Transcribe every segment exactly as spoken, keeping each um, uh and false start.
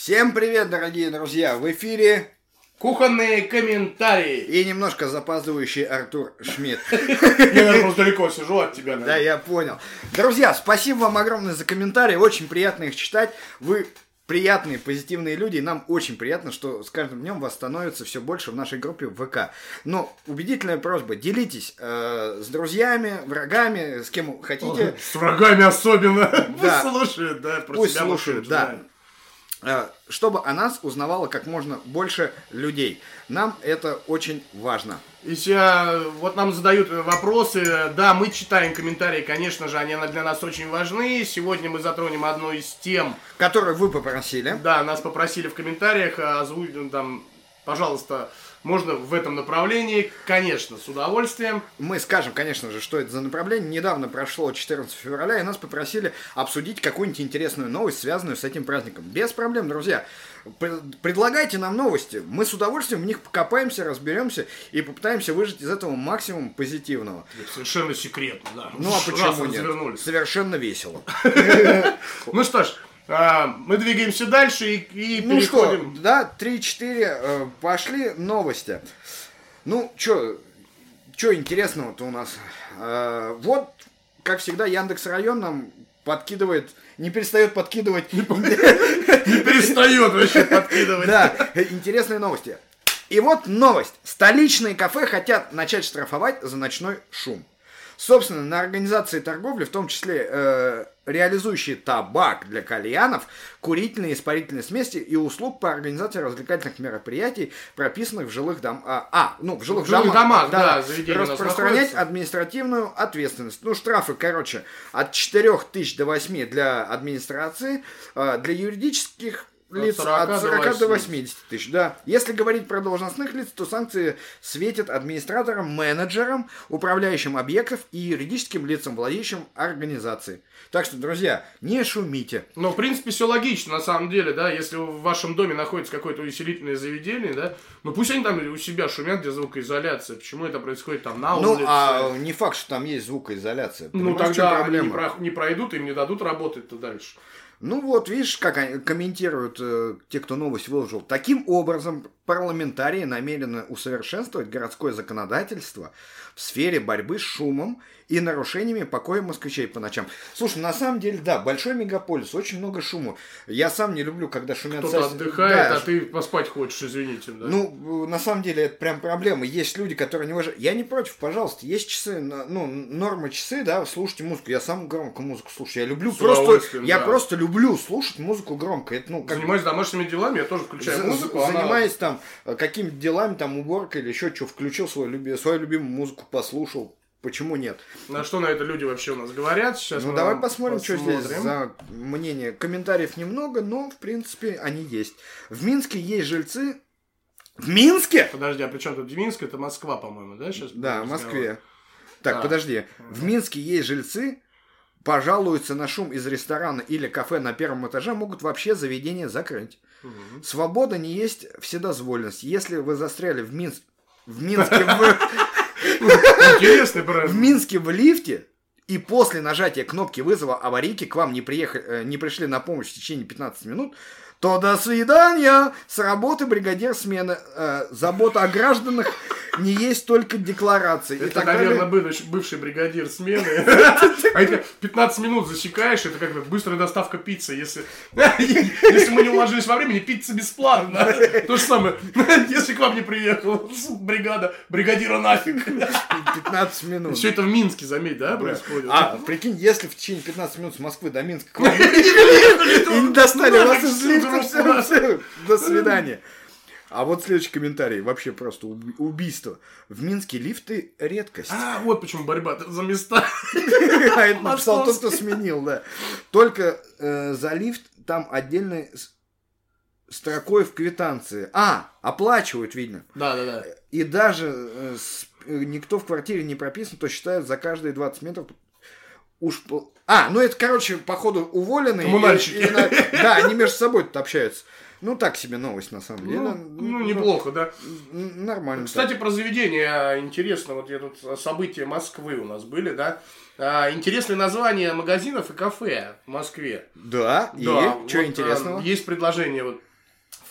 Всем привет, дорогие друзья! В эфире кухонные комментарии. И немножко запаздывающий Артур Шмидт. Я, наверное, просто далеко сижу от тебя. Да, я понял. Друзья, спасибо вам огромное за комментарии. Очень приятно их читать. Вы приятные, позитивные люди. И нам очень приятно, что с каждым днем вас становится все больше в нашей группе в ВК. Но убедительная просьба. Делитесь э, с друзьями, врагами, с кем хотите. С врагами особенно. Да. Пусть слушают, да. Про Пусть себя слушают, да. Чтобы о нас узнавало как можно больше людей. Нам это очень важно. И сейчас, вот нам задают вопросы. Да, мы читаем комментарии, конечно же, они для нас очень важны. Сегодня мы затронем одну из тем, которую вы попросили. Да, нас попросили в комментариях озвучить, там, пожалуйста, можно в этом направлении, конечно, с удовольствием. Мы скажем, конечно же, что это за направление. Недавно прошло четырнадцатого февраля, и нас попросили обсудить какую-нибудь интересную новость, связанную с этим праздником. Без проблем, друзья. Предлагайте нам новости. Мы с удовольствием в них покопаемся, разберемся и попытаемся выжать из этого максимум позитивного. Это совершенно секретно, да. Ну а почему нет? Совершенно весело. Ну что ж. А, мы двигаемся дальше и, и ну переходим. Что, да, три-четыре, э, пошли новости. Ну, что что интересного-то у нас? Э, вот, как всегда, Яндекс.Район нам подкидывает, не перестает подкидывать. Не перестает вообще подкидывать. Да, интересные новости. И вот новость. Столичные кафе хотят начать штрафовать за ночной шум. Собственно, на организации торговли, в том числе э, реализующие табак для кальянов, курительные испарительные смеси и услуг по организации развлекательных мероприятий, прописанных в жилых домах. А, а, ну, в жилых, в жилых домах, да, да, распространять административную ответственность. Ну, штрафы, короче, от четырёх тысяч до восьми для администрации, э, для юридических лиц от сорока до восьмидесяти тысяч, да. Если говорить про должностных лиц, то санкции светят администраторам, менеджерам, управляющим объектов и юридическим лицам, владеющим организацией. Так что, друзья, не шумите. Ну, в принципе, все логично, на самом деле, да. Если в вашем доме находится какое-то увеселительное заведение, да, ну пусть они там у себя шумят, где звукоизоляция. Почему это происходит там на улице? Ну, а не факт, что там есть звукоизоляция. Ну, тогда они не, про, не пройдут, им не дадут работать-то дальше. Ну вот, видишь, как они комментируют э, те, кто новость выложил. Таким образом, парламентарии намерены усовершенствовать городское законодательство в сфере борьбы с шумом и нарушениями покоя москвичей по ночам. Слушай, на самом деле, да, большой мегаполис, очень много шума. Я сам не люблю, когда шумят... Кто-то сос... отдыхает, да, а ты поспать хочешь, извините. Да? Ну, на самом деле, это прям проблема. Есть люди, которые не уважают. Я не против, пожалуйста, есть часы, ну, норма часы, да, слушайте музыку. Я сам громко музыку слушаю. Я люблю с просто... Я да. просто люблю слушать музыку громко. Это, ну, как... Занимаюсь домашними делами, я тоже включаю За- музыку. Занимаясь она... там какими-то делами, там, уборкой или еще что, включил свою, люби... свою любимую музыку, послушал. Почему нет? На что на это люди вообще у нас говорят? Сейчас ну, давай посмотрим, посмотрим, что здесь за мнение. Комментариев немного, но, в принципе, они есть. В Минске есть жильцы... В Минске? Подожди, а при чем тут Минск? Это Москва, по-моему, да? Сейчас да, в Москве. Так, да. подожди. В Минске есть жильцы, пожалуются на шум из ресторана или кафе на первом этаже, могут вообще заведение закрыть. Угу. Свобода не есть вседозволенность. Если вы застряли в Минске... В Минске... Интересный бренд. В Минске в лифте и после нажатия кнопки вызова аварийки к вам не, приехали, не пришли на помощь в течение пятнадцати минут, то до свидания! С работы бригадир смены. Э, забота о гражданах не есть только декларации. Это, наверное, бывший, бывший бригадир смены. А это пятнадцать минут засекаешь, это как бы быстрая доставка пиццы. Если мы не уложились во времени, пицца бесплатно. То же самое, если к вам не приехала бригада, бригадира нафиг. пятнадцать минут. Все это в Минске, заметь, да, происходит? А, прикинь, если в течение пятнадцати минут с Москвы до Минска к вам и не достали вас из лифта, все, до свидания. А вот следующий комментарий. Вообще просто убийство. В Минске лифты редкость. А, вот почему борьба за места. А это написал тот, кто сменил, да. Только э, за лифт там отдельной строкой в квитанции. А, оплачивают, видно. Да, да, да. И даже э, с, э, никто в квартире не прописан, то считают за каждые двадцать метров... Уж... А, ну это, короче, походу уволенные. Коммунальщики. И, и, да, они между собой тут общаются. Ну, так себе новость, на самом деле. Ну, ну неплохо, да. Нормально. Кстати, так. Про заведение интересно. Вот я тут события Москвы у нас были, да. А, интересные названия магазинов и кафе в Москве. Да, и да, что вот, интересного? А, есть предложение вот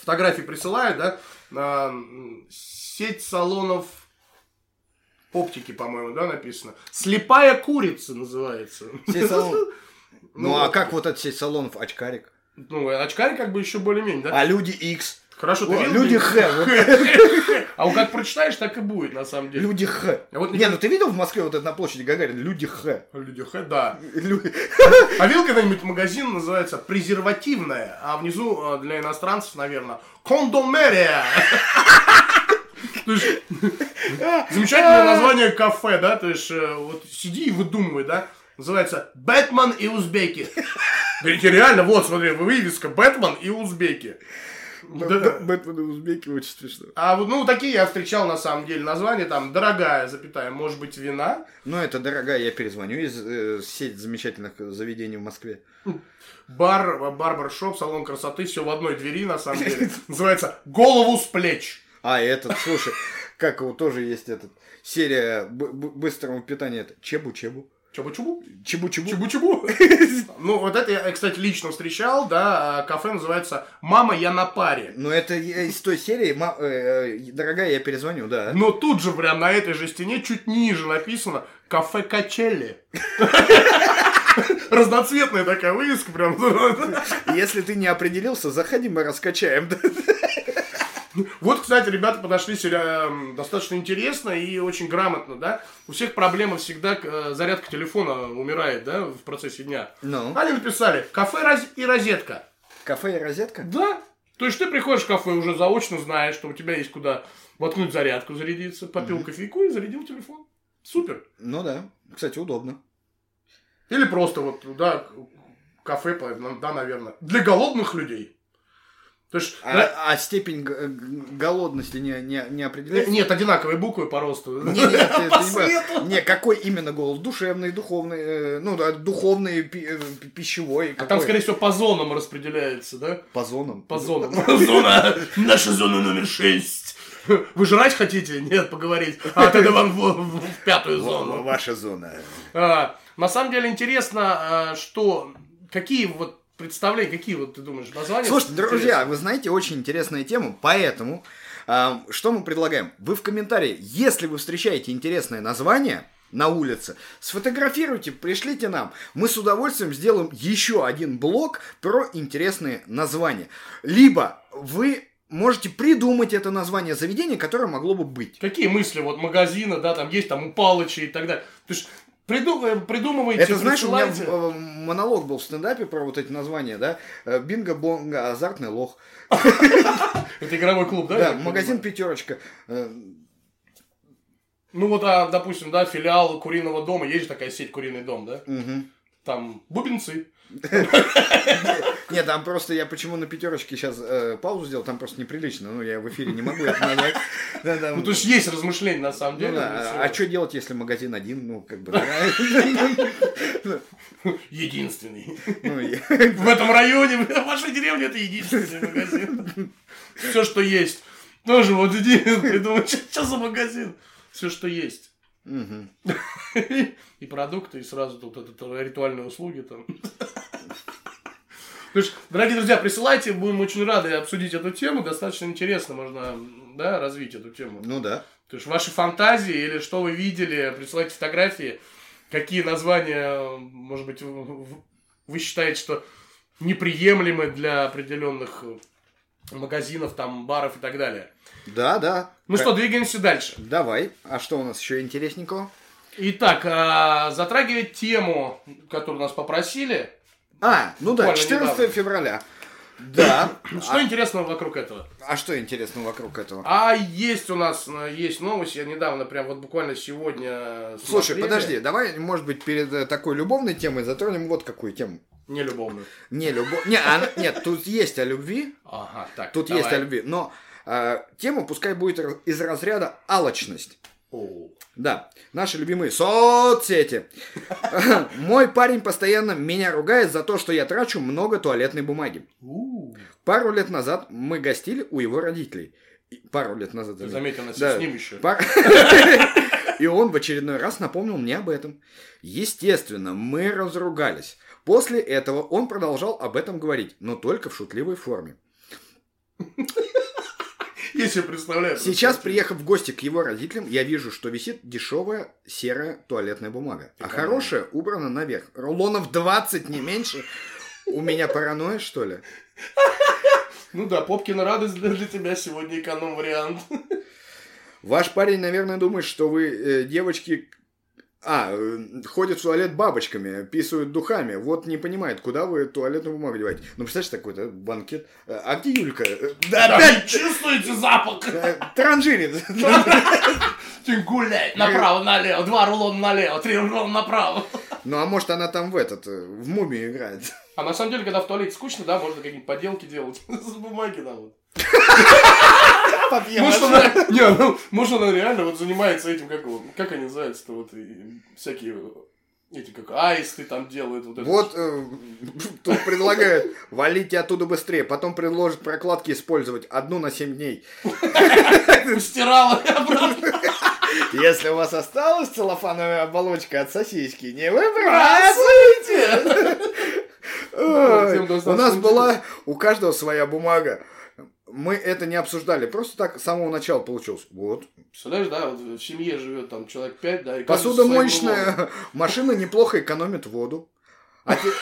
фотографии присылают, да, а, сеть салонов оптики, по-моему, да, написано. Слепая курица называется. Сеть салонов. Ну, ну а как вот эта сеть салонов очкарик? Ну, очкарик как бы еще более-менее, да? А люди X. Хорошо, ты О, видел? Люди Х. А вот как прочитаешь, так и будет, на самом деле. Люди Х. Вот не, ну ты видел в Москве вот это на площади Гагарина? Люди Х. Люди Х, да. А видел когда-нибудь магазин, называется «Презервативная», а внизу для иностранцев, наверное, «Кондомерия». То есть, замечательное название кафе, да, то есть, вот сиди и выдумывай, да, называется «Бэтмен и узбеки». Говорите, реально, вот, смотри, вывеска «Бэтмен и узбеки». Бэтмен и узбеки очень смешно. А вот, ну, такие я встречал, на самом деле, названия, там, «Дорогая», запятая, может быть, вина. Ну, это «Дорогая», я перезвоню из э, сети замечательных заведений в Москве. Бар, барбершоп, салон красоты, все в одной двери, на самом деле. Называется «Голову с плеч». А, этот, слушай, как его тоже есть этот, серия быстрого питания, это Чебу-Чебу. Чебу-чебу? Чебу-чебу. Чебу-чебу. Ну, вот это я, кстати, лично встречал, да, кафе называется «Мама, я на паре». Ну, это из той серии, «Дорогая, я перезвоню», да. Но тут же прям на этой же стене чуть ниже написано «Кафе Качели». Разноцветная такая вывеска прям. Если ты не определился, заходи, мы раскачаем. Вот, кстати, ребята подошли достаточно интересно и очень грамотно, да. У всех проблема всегда зарядка телефона умирает, да, в процессе дня. Ну. Они написали «Кафе и розетка». Кафе и розетка? Да. То есть ты приходишь в кафе, уже заочно знаешь, что у тебя есть куда воткнуть зарядку, зарядиться, попил mm-hmm. кофейку и зарядил телефон. Супер. Ну да. Кстати, удобно. Или просто вот, да, кафе, да, наверное, для голодных людей. То есть, а, да? а степень голодности не, не, не определяется? Нет, одинаковые буквы по росту. Не, не, ты, по ты свету. Не, какой именно голод? Душевный, духовный, ну да, духовный, пищевой. А какой? там, скорее всего, по зонам распределяется, да? По зонам? По зонам. Зона, наша зона номер шесть. Вы жрать хотите? Нет, поговорить. А тогда вам в, в пятую зону. Ваша зона. А, на самом деле интересно, что какие вот представляй, какие вот ты думаешь названия? Слушайте, друзья, вы знаете, очень интересная тема, поэтому э, что мы предлагаем? Вы в комментарии, если вы встречаете интересное название на улице, сфотографируйте, пришлите нам. Мы с удовольствием сделаем еще один блог про интересные названия. Либо вы можете придумать это название заведения, которое могло бы быть. Какие мысли вот магазина, да, там есть там у Палыча и так далее. То есть Придумываем, придумывайте, это, знаешь, у меня монолог был в стендапе про вот эти названия, да? Бинго, бонго, азартный лох. Это игровой клуб, да? Да, магазин «Пятерочка». Ну вот, а, допустим, да, филиал куриного дома, есть же такая сеть «Куриный дом», да? Там бубенцы. Нет, там просто я почему на «Пятерочке» сейчас э, паузу сделал, там просто неприлично, ну я в эфире не могу это назвать. Да, да, ну то есть есть размышления на самом деле. Ну, да. А, а что делать, если магазин один, ну как бы. Единственный. Ну, я... В этом районе, в вашей деревне это единственный магазин. Все, что есть. Тоже вот иди, придумай, что за магазин? Все, что есть. Угу. И продукты, и сразу тут это, ритуальные услуги там. То есть, дорогие друзья, присылайте, будем очень рады обсудить эту тему. Достаточно интересно можно, да, развить эту тему. Ну да. То есть ваши фантазии или что вы видели, присылайте фотографии, какие названия, может быть, вы считаете, что неприемлемы для определенных магазинов, там, баров и так далее. Да, да. Ну как... что, двигаемся дальше. Давай. А что у нас еще интересненького? Итак, затрагивать тему, которую нас попросили. А, ну да, четырнадцатого февраля. Да. Что а... интересного вокруг этого? А что интересного вокруг этого? А есть у нас, есть новость, я недавно, прям вот буквально сегодня... Слушай, смотрели. Подожди, давай, может быть, перед такой любовной темой затронем вот какую тему. Не любовную. Не любовь. Не, а, нет, тут есть о любви. Ага, так, Тут давай. есть о любви, но э, тема пускай будет из разряда алчность. О. Да, наши любимые соцсети. Мой парень постоянно меня ругает за то, что я трачу много туалетной бумаги. Пару лет назад мы гостили у его родителей. Пару лет назад. Ты заметил, нас с ним еще. И он в очередной раз напомнил мне об этом. Естественно, мы разругались. После этого он продолжал об этом говорить, но только в шутливой форме. Я себе представляю. Сейчас, приехав в гости к его родителям, я вижу, что висит дешевая серая туалетная бумага. А хорошая убрана наверх. Рулонов двадцать, не меньше. У меня паранойя, что ли? Ну да, Попкина радость для тебя сегодня эконом-вариант. Ваш парень, наверное, думает, что вы, э, девочки... А, э, ходят в туалет бабочками, писают духами. Вот не понимает, куда вы туалетную бумагу деваете. Ну, представляешь, такой-то банкет. А где Юлька? Да, опять чувствуете запах? Транжирит. Гуляет направо-налево, два рулона налево, три рулона направо. Ну, а может, она там в этот, в мумию играет. А на самом деле, когда в туалете скучно, да, можно какие-нибудь поделки делать с бумаги, да, вот. Может, она, не, она, может, она реально вот занимается этим, как, как они называются-то, вот, и, всякие, эти, как аисты там делают. Вот, вот э, тут предлагают, валите оттуда быстрее, потом предложат прокладки использовать одну на семь дней. Стирала обратно. Если у вас осталась целлофановая оболочка от сосиски, не выбрасывайте! У нас была у каждого своя бумага. Мы это не обсуждали, просто так с самого начала получилось. Вот. Представляешь, да, вот в семье живет там человек пять, да, и посудомоечная машина неплохо экономит воду. А те...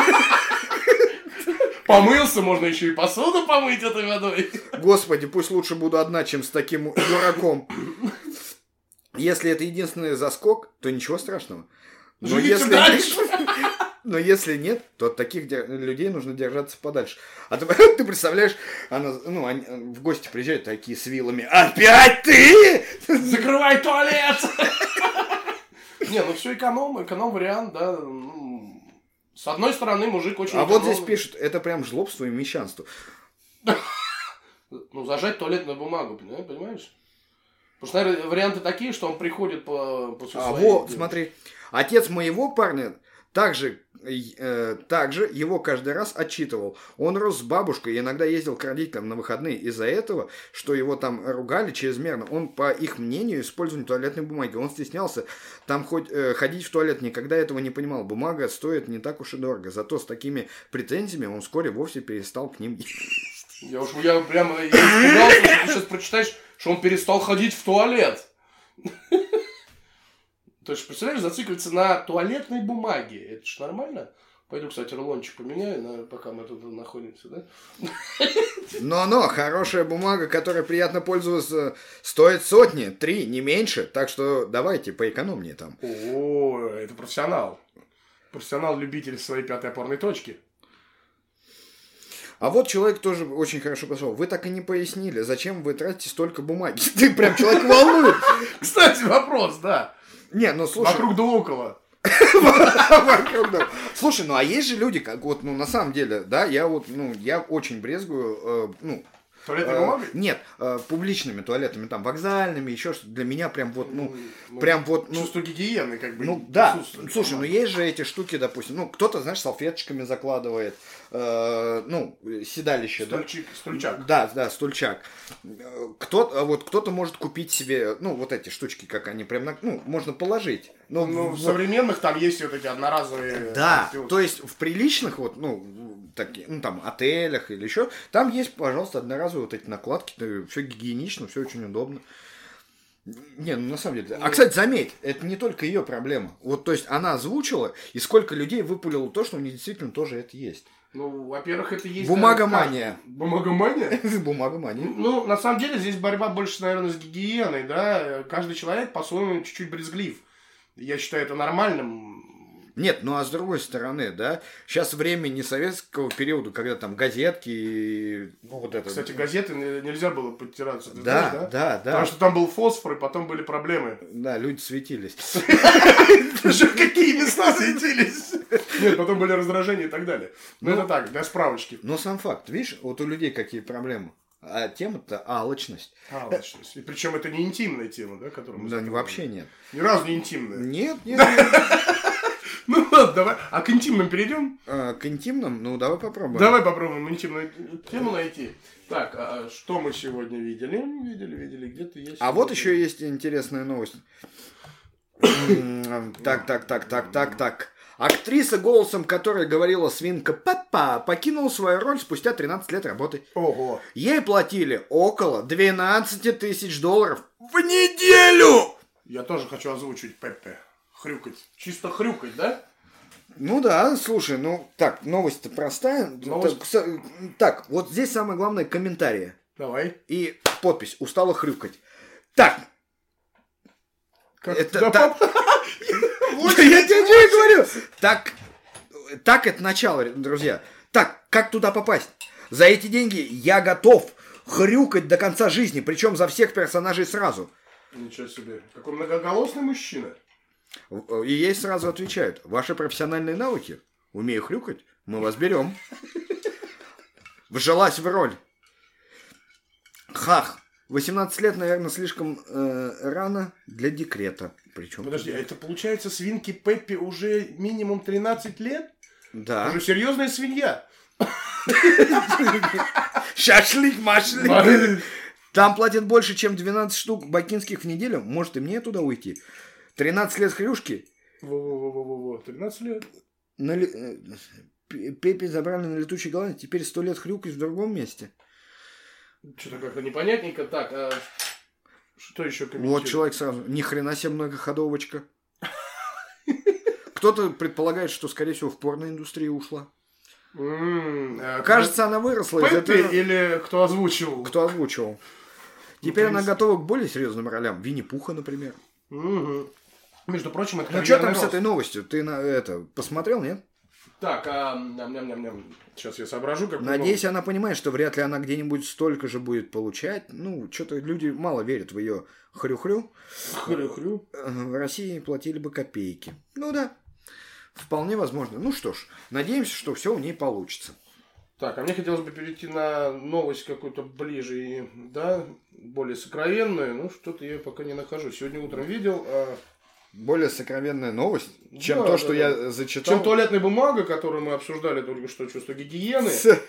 Помылся, можно еще и посуду помыть этой водой. Господи, пусть лучше буду одна, чем с таким дураком. Если это единственный заскок, то ничего страшного. Но если... Но если нет, то от таких людей нужно держаться подальше. А ты, ты представляешь, она, ну, они в гости приезжают такие с вилами. Опять ты? Закрывай туалет! Не, ну все эконом, эконом-вариант, да. С одной стороны, мужик очень... А вот здесь пишут, это прям жлобство и мещанство. Ну, зажать туалетную бумагу, понимаешь? Потому что, наверное, варианты такие, что он приходит по... после своей... А вот, смотри, отец моего парня... Также, э, также его каждый раз отчитывал. Он рос с бабушкой и иногда ездил к родителям на выходные. Из-за этого, что его там ругали чрезмерно, он, по их мнению, использовал туалетной бумаги. Он стеснялся там хоть э, ходить в туалет, никогда этого не понимал. Бумага стоит не так уж и дорого. Зато с такими претензиями он вскоре вовсе перестал к ним есть. Я уж я прямо я испугался, что ты сейчас прочитаешь, что он перестал ходить в туалет. То есть, представляешь, зацикливаться на туалетной бумаге. Это ж нормально? Пойду, кстати, рулончик поменяю, пока мы тут находимся, да? Но-но, хорошая бумага, которой приятно пользоваться, стоит сотни, три, не меньше. Так что давайте поэкономнее там. О, это профессионал. Профессионал-любитель своей пятой опорной точки. А вот человек тоже очень хорошо пошел. Вы так и не пояснили, зачем вы тратите столько бумаги. Ты прям человек волнует. Кстати, вопрос, да. Не, ну слушай. Вокруг да около. Слушай, ну а есть же люди, как вот, ну на самом деле, да, я вот, ну, я очень брезгую, ну... Туалетной бумагой? Нет, публичными туалетами, там, вокзальными, еще что-то. Для меня прям вот, ну, прям вот... Чувство гигиены, как бы. Ну, да. Слушай, ну есть же эти штуки, допустим, ну, кто-то, знаешь, салфеточками закладывает, ну, седалище, да? Стульчак. Да, да, стульчак. Кто-то, вот кто-то может купить себе, ну, вот эти штучки, как они прям, ну, можно положить. Ну, ну в современных там есть вот эти одноразовые... Да, то есть в приличных вот, ну, такие, ну, там, отелях или еще, там есть, пожалуйста, одноразовые вот эти накладки, все гигиенично, все очень удобно. Не, ну на самом деле. А, кстати, заметь, это не только ее проблема. Вот, то есть, она озвучила, и сколько людей выпалило то, что у них действительно тоже это есть. Ну, во-первых, это есть... Бумагомания. Бумагомания? Бумагомания. Ну, на самом деле, здесь борьба больше, наверное, с гигиеной, да. Каждый человек по-своему чуть-чуть брезглив. Я считаю это нормальным. Нет, ну а с другой стороны, да, сейчас время не советского периода, когда там газетки, ну вот это. Кстати, газеты нельзя было подтираться, ты да, знаешь, да? Да, да. Потому что там был фосфор, и потом были проблемы. Да, люди светились. Какие места светились? Нет, потом были раздражения и так далее. Ну это так, для справочки. Но сам факт, видишь, вот у людей какие проблемы. А тема-то алчность. Алчность. И причем это не интимная тема, да, которую мы... Да, вообще нет. Ни разу не интимная. Нет, нет, нет. Ну ладно, давай. А к интимным перейдем? А, к интимным? Ну, давай попробуем. Давай попробуем интимную тему найти. Так, а что мы сегодня видели? Видели, видели, где-то есть. А вот еще есть интересная новость. Так, так, так, так, так, так. Актриса, голосом которой говорила свинка Пеппа, покинула свою роль спустя тринадцать лет работы. Ого. Ей платили около двенадцать тысяч долларов в неделю! Я тоже хочу озвучить Пеппе. Хрюкать. Чисто хрюкать, да? Ну да, слушай, ну так, новость-то простая. Новость... Так, так, вот здесь самое главное комментарии. Давай. И подпись «Устала хрюкать». Так. Как это так... Я тебе что говорю? Так, так это начало, друзья. Так, как туда попасть? За эти деньги я готов хрюкать до конца жизни, причем за всех персонажей сразу. Ничего себе. Какой многоголосый мужчина. И ей сразу отвечают: ваши профессиональные навыки, умею хрюкать, мы вас берем. Вжилась в роль. Хах. восемнадцать лет, наверное, слишком э, рано для декрета. Причем Подожди, а это получается свинки Пеппи уже минимум тринадцать лет? Да. Уже серьезная свинья. Шашлык-машлык. Там платят больше, чем двенадцать штук бакинских в неделю. Может, и мне туда уйти? тринадцать лет хрюшки. Во-во-во-во-во. тринадцать лет. Ли... Пеппи забрали на летучей голове. Теперь сто лет хрюкать в другом месте. Что-то как-то непонятненько. Так, а что еще комментирует? Вот человек сразу. Ни хрена себе многоходовочка. Кто-то предполагает, что, скорее всего, в порноиндустрию ушла. Mm, а Кажется, она выросла из Пеппи этого... или кто озвучивал? Кто озвучивал. Теперь она готова к более серьезным ролям. Винни-Пуха, например. Угу. Между прочим, это... Ну, что там рост. С этой новостью? Ты на это посмотрел, нет? Так, а... Ням-ням-ням-ням. Сейчас я соображу, как... Надеюсь, много... она понимает, что вряд ли она где-нибудь столько же будет получать. Ну, что-то люди мало верят в ее хрю-хрю. Хрю-хрю. В России платили бы копейки. Ну да. Вполне возможно. Ну что ж, надеемся, что все у ней получится. Так, а мне хотелось бы перейти на новость какую-то ближе и, да, более сокровенную. Ну, что-то я пока не нахожу. Сегодня утром видел... А... Более сокровенная новость, чем да, то, да, что да. я зачитал. Чем туалетная бумага, которую мы обсуждали только что, чувство гигиены.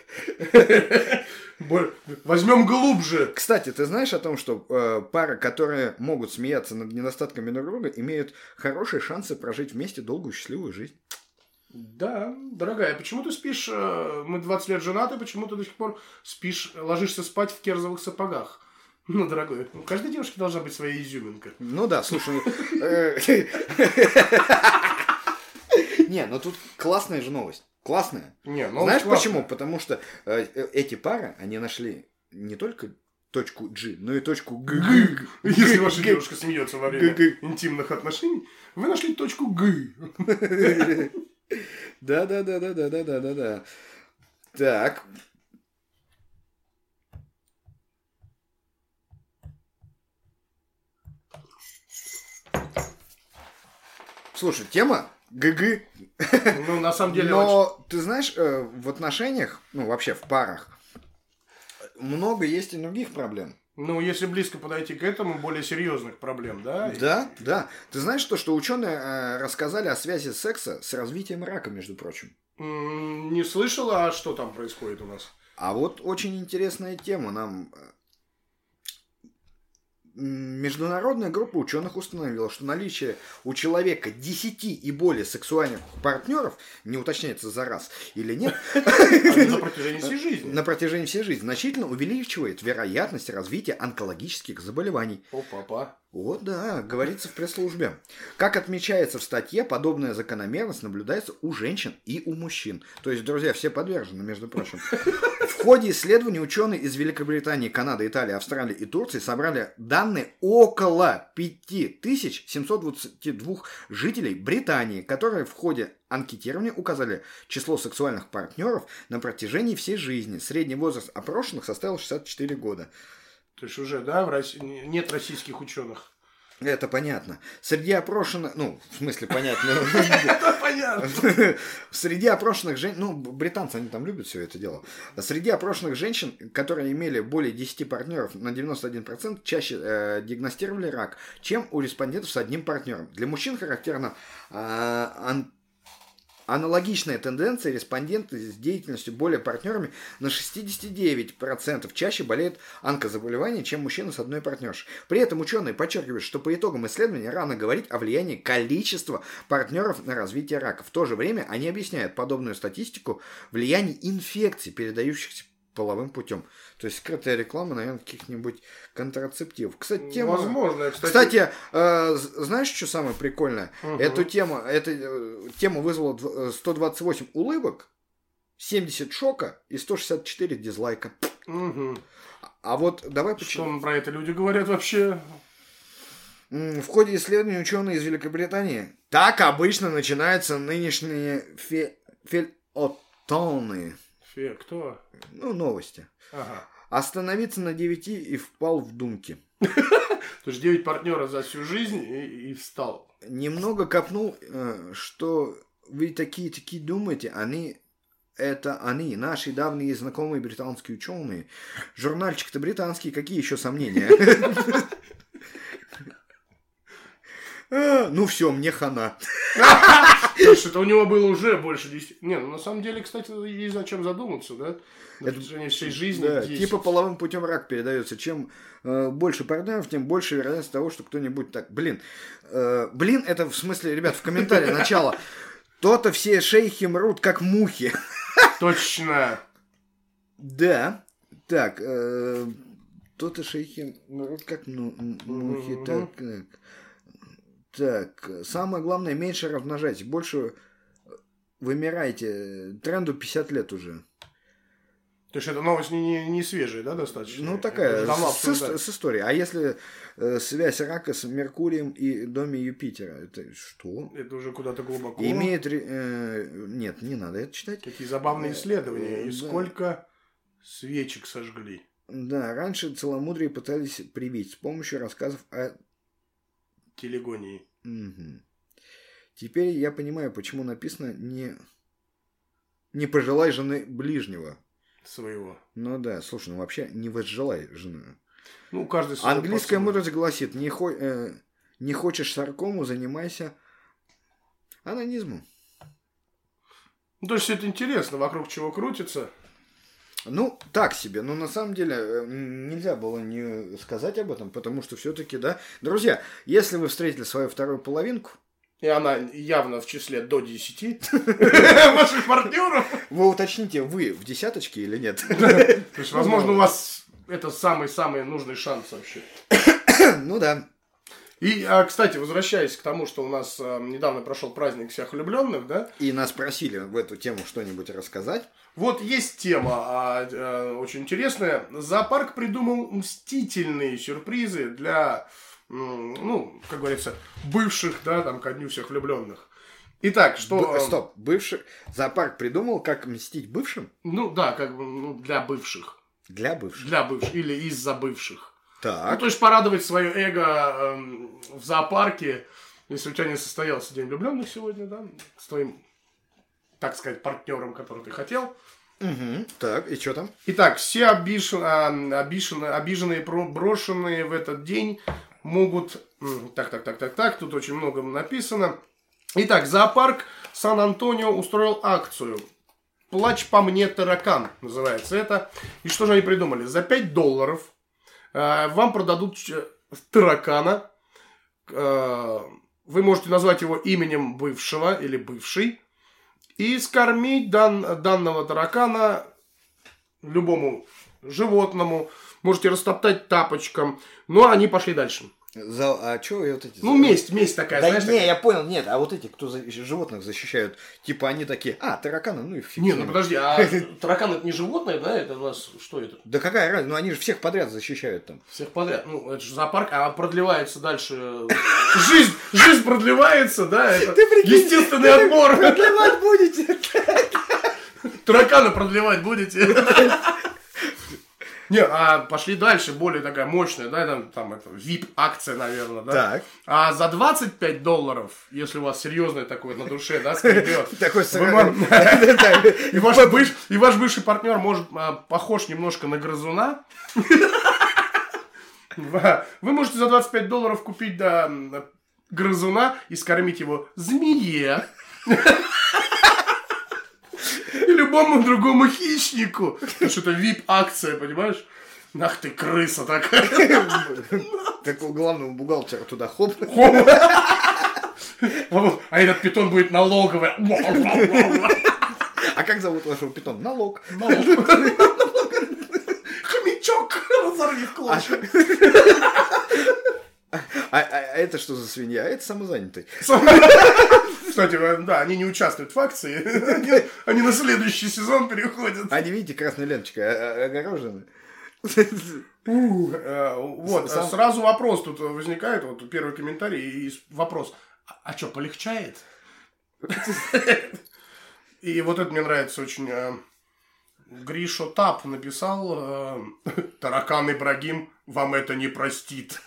Возьмем глубже. Кстати, ты знаешь о том, что э, пары, которые могут смеяться над недостатками друг друга, имеют хорошие шансы прожить вместе долгую счастливую жизнь? Да, дорогая, почему ты спишь, э, мы двадцать лет женаты, почему ты до сих пор спишь, ложишься спать в керзовых сапогах? Ну, дорогой, у каждой девушки должна быть своя изюминка. Ну да, слушай. Не, ну тут классная же новость. Классная. Не, знаешь почему? Потому что эти пары, они нашли не только точку G, но и точку G. Если ваша девушка смеется во время интимных отношений, вы нашли точку G. Да, да, да, да, да, да, да, да, да. Так. Слушай, тема ГГ. Ну, на самом деле... Но, очень... ты знаешь, в отношениях, ну, вообще в парах, много есть и других проблем. Ну, если близко подойти к этому, более серьезных проблем, да? Да, да. Ты знаешь то, что ученые э, рассказали о связи секса с развитием рака, между прочим? М-м, не слышала, а что там происходит у нас? А вот очень интересная тема. Нам... Международная группа ученых установила, что наличие у человека десяти и более сексуальных партнеров, не уточняется за раз или нет, на протяжении всей жизни. На протяжении всей жизни значительно увеличивает вероятность развития онкологических заболеваний. О, папа. Вот, да, говорится в пресс-службе. Как отмечается в статье, подобная закономерность наблюдается у женщин и у мужчин. То есть, друзья, все подвержены, между прочим. В ходе исследований ученые из Великобритании, Канады, Италии, Австралии и Турции собрали данные около пять тысяч семьсот двадцать два жителей Британии, которые в ходе анкетирования указали число сексуальных партнеров на протяжении всей жизни. Средний возраст опрошенных составил шестьдесят четыре года. То есть уже, да, в России нет российских ученых. Это понятно. Среди опрошенных... Ну, в смысле, понятно. Это понятно. Среди опрошенных женщин... Ну, британцы, они там любят все это дело. Среди опрошенных женщин, которые имели более десяти партнеров, на девяносто один процент чаще э, диагностировали рак, чем у респондентов с одним партнером. Для мужчин характерно э, ан... Аналогичная тенденция: респонденты с деятельностью более партнерами на шестьдесят девять процентов чаще болеют онкозаболеваниями, чем мужчины с одной партнершей. При этом ученые подчеркивают, что по итогам исследования рано говорить о влиянии количества партнеров на развитие рака. В то же время они объясняют подобную статистику влиянием инфекций, передающихся половым путем. То есть скрытая реклама, наверное, каких-нибудь контрацептивов. Кстати, тема... Возможно, кстати. Кстати, э, знаешь, что самое прикольное? Угу. Эту тему, эта э, тема вызвала сто двадцать восемь улыбок, семьдесят шока и сто шестьдесят четыре дизлайка. Угу. А вот давай почему... Что про это люди говорят вообще? В ходе исследования ученые из Великобритании. Так обычно начинаются нынешние фе... фельетоны. Фе, кто? Ну, новости. Ага. Остановиться на девяти и впал в думки. То есть девять партнеров за всю жизнь и, и встал. Немного копнул, что вы такие-такие думаете, они... Это они, наши давние знакомые британские ученые. Журнальчик-то британский, какие еще сомнения? Ну все, мне хана. Слушай, это у него было уже больше десяти. Не, ну на самом деле, кстати, есть над чем задуматься, да? На протяжении всей жизни. Да, типа половым путем рак передается. Чем э, больше партнеров, тем больше вероятность того, что кто-нибудь так. Блин. Э, блин, это в смысле, ребят, в комментарии начало. То-то все шейхи мрут, как мухи. Точно. Да. Так. Э, то-то шейхи мрут, как ну, мухи. Так, так. Так, самое главное, меньше размножайте, больше вымирайте. Тренду пятьдесят лет уже. То есть, эта новость не, не, не свежая, да, достаточно? Ну, такая, с, с, с историей. А если э, связь рака с Меркурием и доме Юпитера, это что? Это уже куда-то глубоко. Имеет... Э, нет, не надо это читать. Какие забавные исследования. И да. Сколько свечек сожгли. Да, раньше целомудрие пытались привить с помощью рассказов о... телегонии. Угу. Теперь я понимаю, почему написано не... Не пожелай жены ближнего. Своего. Ну да, слушай, ну вообще не возжелай жену. Ну, каждый свой. Английская мудрость гласит, не, хо... э, не хочешь саркому, занимайся анонизмом. Ну, то есть, это интересно, вокруг чего крутится. Ну, так себе. Но на самом деле нельзя было не сказать об этом, потому что все-таки, да. Друзья, если вы встретили свою вторую половинку, и она явно в числе до десяти ваших партнеров, вы уточните, вы в десяточке или нет. То есть, возможно, у вас это самый-самый нужный шанс вообще. Ну да. И, кстати, возвращаясь к тому, что у нас недавно прошел праздник всех влюбленных, да? И нас просили в эту тему что-нибудь рассказать. Вот есть тема очень интересная. Зоопарк придумал мстительные сюрпризы для, ну, как говорится, бывших, да, там, ко дню всех влюбленных. Итак, что... Б- стоп, бывших... Зоопарк придумал, как мстить бывшим? Ну, да, как бы, ну, для бывших. Для бывших? Для бывших. Или из-за бывших. Так. Ну, то есть, порадовать свое эго э, в зоопарке, если у тебя не состоялся день влюбленных сегодня, да, с твоим, так сказать, партнером, который ты хотел. Угу. Так, и что там? Итак, все обижен, обиженные, обиженные, брошенные в этот день могут... Так, так, так, так, так, тут очень много написано. Итак, зоопарк Сан-Антонио устроил акцию. «Плачь по мне, таракан» называется это. И что же они придумали? За пять долларов э, вам продадут таракана. Э, вы можете назвать его именем бывшего или бывшей. И скормить дан, данного таракана любому животному. Можете растоптать тапочком. Но они пошли дальше. За... А что вот эти... Ну, месть, месть такая, да знаешь? не, такая? я понял, нет. А вот эти, кто за... животных защищают, типа они такие, а, тараканы, ну и фиг. Не, ну подожди, а таракан это не животное, да? Это у нас, что это? Да какая разница? Ну они же всех подряд защищают там. Всех подряд. Ну, это же зоопарк, а продлевается дальше. Жизнь, жизнь продлевается, да? Это естественный отбор. Продлевать будете? Таракана продлевать будете? Не, а пошли дальше, более такая мощная, да, там, там это, ви ай пи-акция, наверное, да? Так. А за двадцать пять долларов, если у вас серьезное такое на душе, да, скребет, такой и ваш бывший партнер может похож немножко на грызуна, вы можете за двадцать пять долларов купить, да, грызуна и скормить его змее. И любому другому хищнику. Потому что это вип-акция, понимаешь? Ах ты, крыса такая. Такого главного бухгалтера туда хоп. Хоп. А этот питон будет налоговый. А как зовут вашего питона? Налог. Налог. Хомячок, разорви в клочья. А, а, а это что за свинья? Это самозанятый. Кстати, да, они не участвуют в акции. Они, они на следующий сезон переходят. Они, видите, красной ленточкой огорожены. Вот, Сам... сразу вопрос тут возникает, вот первый комментарий и вопрос. А, а что, полегчает? И вот это мне нравится очень. Гришо Тап написал: таракан Ибрагим вам это не простит.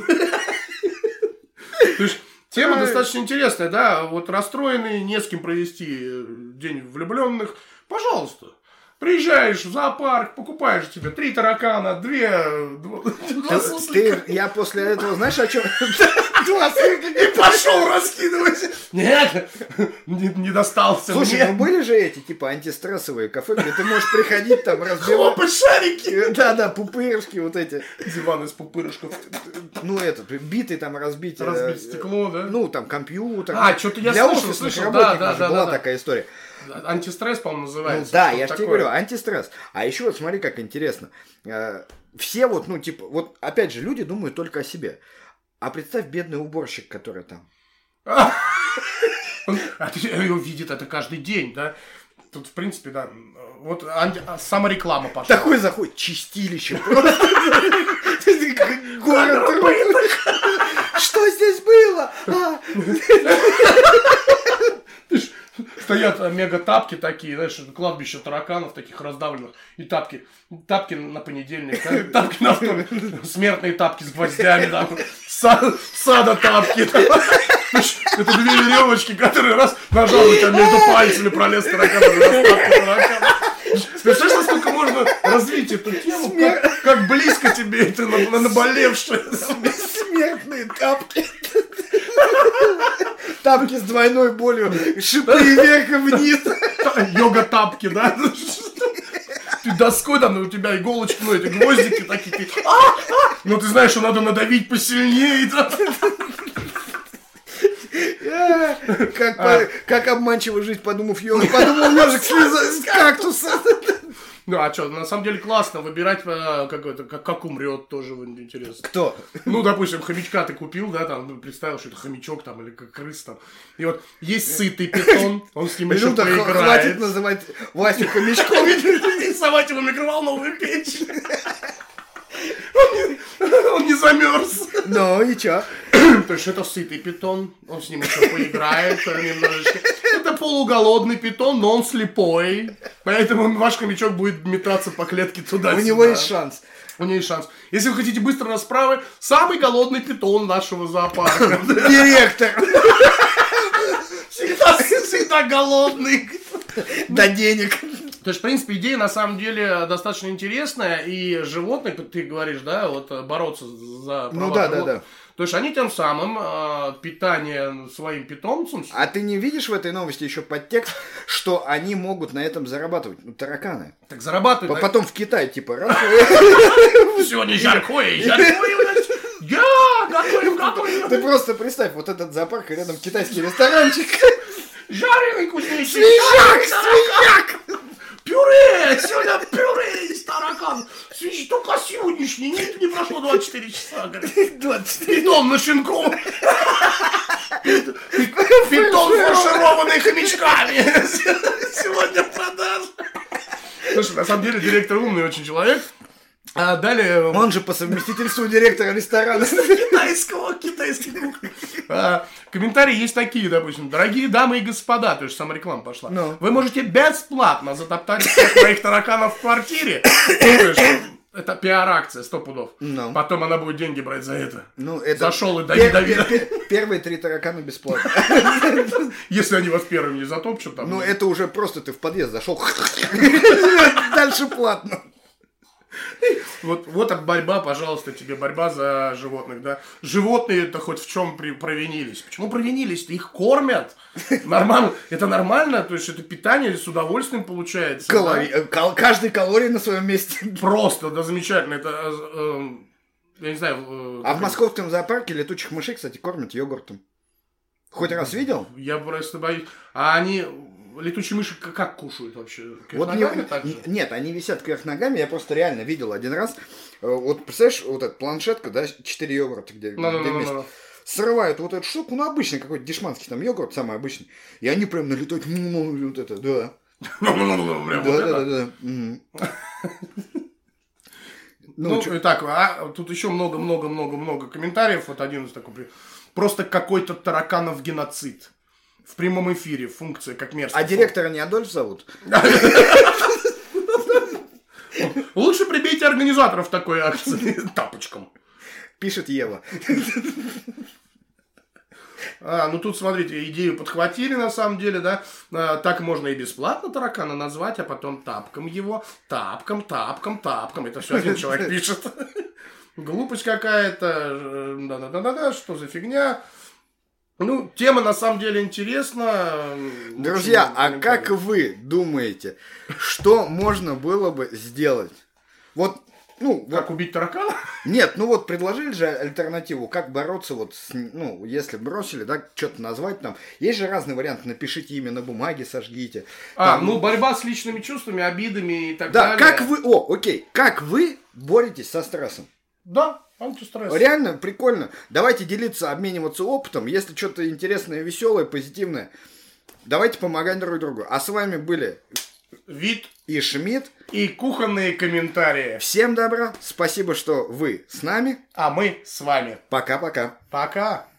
То есть тема достаточно интересная, да, вот расстроенный, не с кем провести день влюбленных, пожалуйста. Приезжаешь в зоопарк, покупаешь тебе три таракана, две... Два, два ты, я после этого, знаешь, о чем? Два суслика. И пошел раскидывать. Нет, не, не достался. Слушай, мне. Ну были же эти, типа, антистрессовые кафе, где ты можешь приходить там, разбивать... Хлопать шарики. Да-да, пупырышки вот эти. Диван из пупырышков. Ну, этот, битый там разбить... Разбить стекло, да? Ну, там, компьютер. А, что-то я Для слышал, офисных слышал. работников Да, да, да, была да, такая история. Антистресс, по-моему, называется. Ну, да, я же тебе говорю, антистресс. А еще вот смотри, как интересно. Все вот, ну, типа, вот опять же, люди думают только о себе. А представь бедный уборщик, который там. А ты его видит это каждый день, да? Тут, в принципе, да. Вот анти... самореклама пошла. Такой заходит, чистилище. Город. Что здесь было? Стоят мега-тапки такие, знаешь, кладбище тараканов таких раздавленных. И тапки, тапки на понедельник, тапки на вторник, смертные тапки с гвоздями, там, сада тапки. Это две веревочки, которые раз нажал, у тебя между пальцами пролез таракан, раз тапки таракана. Представляешь, насколько можно развить эту тему, как, как близко тебе это на, на наболевшее. Смертные тапки. Тапки с двойной болью, шипы вверх и вниз. Йога-тапки, да? Ты доской там, у тебя иголочки, ну эти гвоздики такие. Ты... Ну ты знаешь, что надо надавить посильнее. Как, а. по, как обманчиво жить, подумав йога. Подумал ежик слез с кактуса. Ну, а что, на самом деле классно выбирать, какой-то, как, как умрет, тоже интересно. Кто? Ну, допустим, хомячка ты купил, да, там, представил, что это хомячок там, или как крыс там. И вот есть сытый питон, он с ним еще ну, поиграет. Хватит называть Васю хомячком. И совать его в микроволновую печь. Он не, он не замерз. Ну, и чё? То есть это сытый питон, он с ним еще поиграет немножечко. Это полуголодный питон, но он слепой. Поэтому ваш хомячок будет метаться по клетке туда-сюда. У него есть шанс. У него есть шанс. Если вы хотите быстро расправы, самый голодный питон нашего зоопарка. Директор. Всегда, всегда голодный. До денег. То есть, в принципе, идея на самом деле достаточно интересная. И животных, ты говоришь, да, вот бороться за права. Ну да, да, да. То есть они тем самым э, питание своим питомцам... А ты не видишь в этой новости еще подтекст, что они могут на этом зарабатывать? Ну, тараканы. Так зарабатывают. Потом в Китай, типа, раз... Сегодня жаркое, жаркое, я готовим, готовим. Ты просто представь, вот этот зоопарк, и рядом китайский ресторанчик. Жареный кузнечик. Свиньяк, свиньяк. Пюре! Сегодня пюре из таракан. Свищ, только сегодняшний. Нет, не прошло двадцать четыре часа. двадцать четыре. Питон на шинку. Питон фаршированный хомячками. Сегодня продажа. Слушай, на самом деле директор умный очень человек. А далее... Он же по совместительству директора ресторана. Китайского, китайской кухни. А, комментарии есть такие, допустим. Дорогие дамы и господа, то есть сама реклама пошла. No. Вы можете бесплатно затоптать всех моих тараканов в квартире. Это пиар-акция, сто пудов. No. Потом она будет деньги брать за это. Ну, это... Зашел и дави, дави. Первые три таракана бесплатно. Если они вас первыми не затопчут. Там, ну, это уже просто ты в подъезд зашел. Дальше платно. Вот, вот борьба, пожалуйста, тебе борьба за животных, да. Животные-то хоть в чем при, провинились. Почему провинились-то? Их кормят. Нормально. Это нормально, то есть это питание с удовольствием получается. Калори... Да? Кал... Каждый калорий на своем месте. Просто, да, замечательно. Это, э, э, я не знаю. Э, а в московском зоопарке летучих мышей, кстати, кормят йогуртом. Хоть раз видел? Я просто боюсь. А они... Летучие мыши как кушают вообще? Кверх вот ногами не, так же? Нет, они висят кверх ногами. Я просто реально видел один раз. Вот, представляешь, вот эта планшетка, да, четыре йогурта, где, no, no, где no, вместе. No, no. Срывают вот эту штуку, ну, обычный какой-то дешманский там йогурт, самый обычный. И они прям налетают, ну, вот это, да. Да, да, да. Ну, так, а тут еще много-много-много-много комментариев. Вот один из такой. Просто какой-то тараканов геноцид. В прямом эфире функция как мерзкая. А директора не Адольф зовут? Лучше прибейте организаторов такой акции тапочком. Пишет Ева. А, ну тут, смотрите, идею подхватили на самом деле, да. А, так можно и бесплатно таракана назвать, а потом тапком его. Тапком, тапком, тапком. Это все один человек пишет. Глупость какая-то. Да-да-да-да, что за фигня. Ну, тема на самом деле интересна. Друзья, а как вы думаете, что можно было бы сделать? Вот, ну... Как вот, убить таракана? Нет, ну вот предложили же альтернативу, как бороться вот с, ну, если бросили, да, что-то назвать там. Есть же разные варианты, напишите имя на бумаге, сожгите. А, там, ну борьба с личными чувствами, обидами и так да, далее. Да, как вы, о, окей, как вы боретесь со стрессом? Да. Антистресс. Реально прикольно. Давайте делиться, обмениваться опытом. Если что-то интересное, веселое, позитивное, давайте помогать друг другу. А с вами были Вит и Шмидт. И кухонные комментарии. Всем добра. Спасибо, что вы с нами. А мы с вами. Пока-пока. Пока.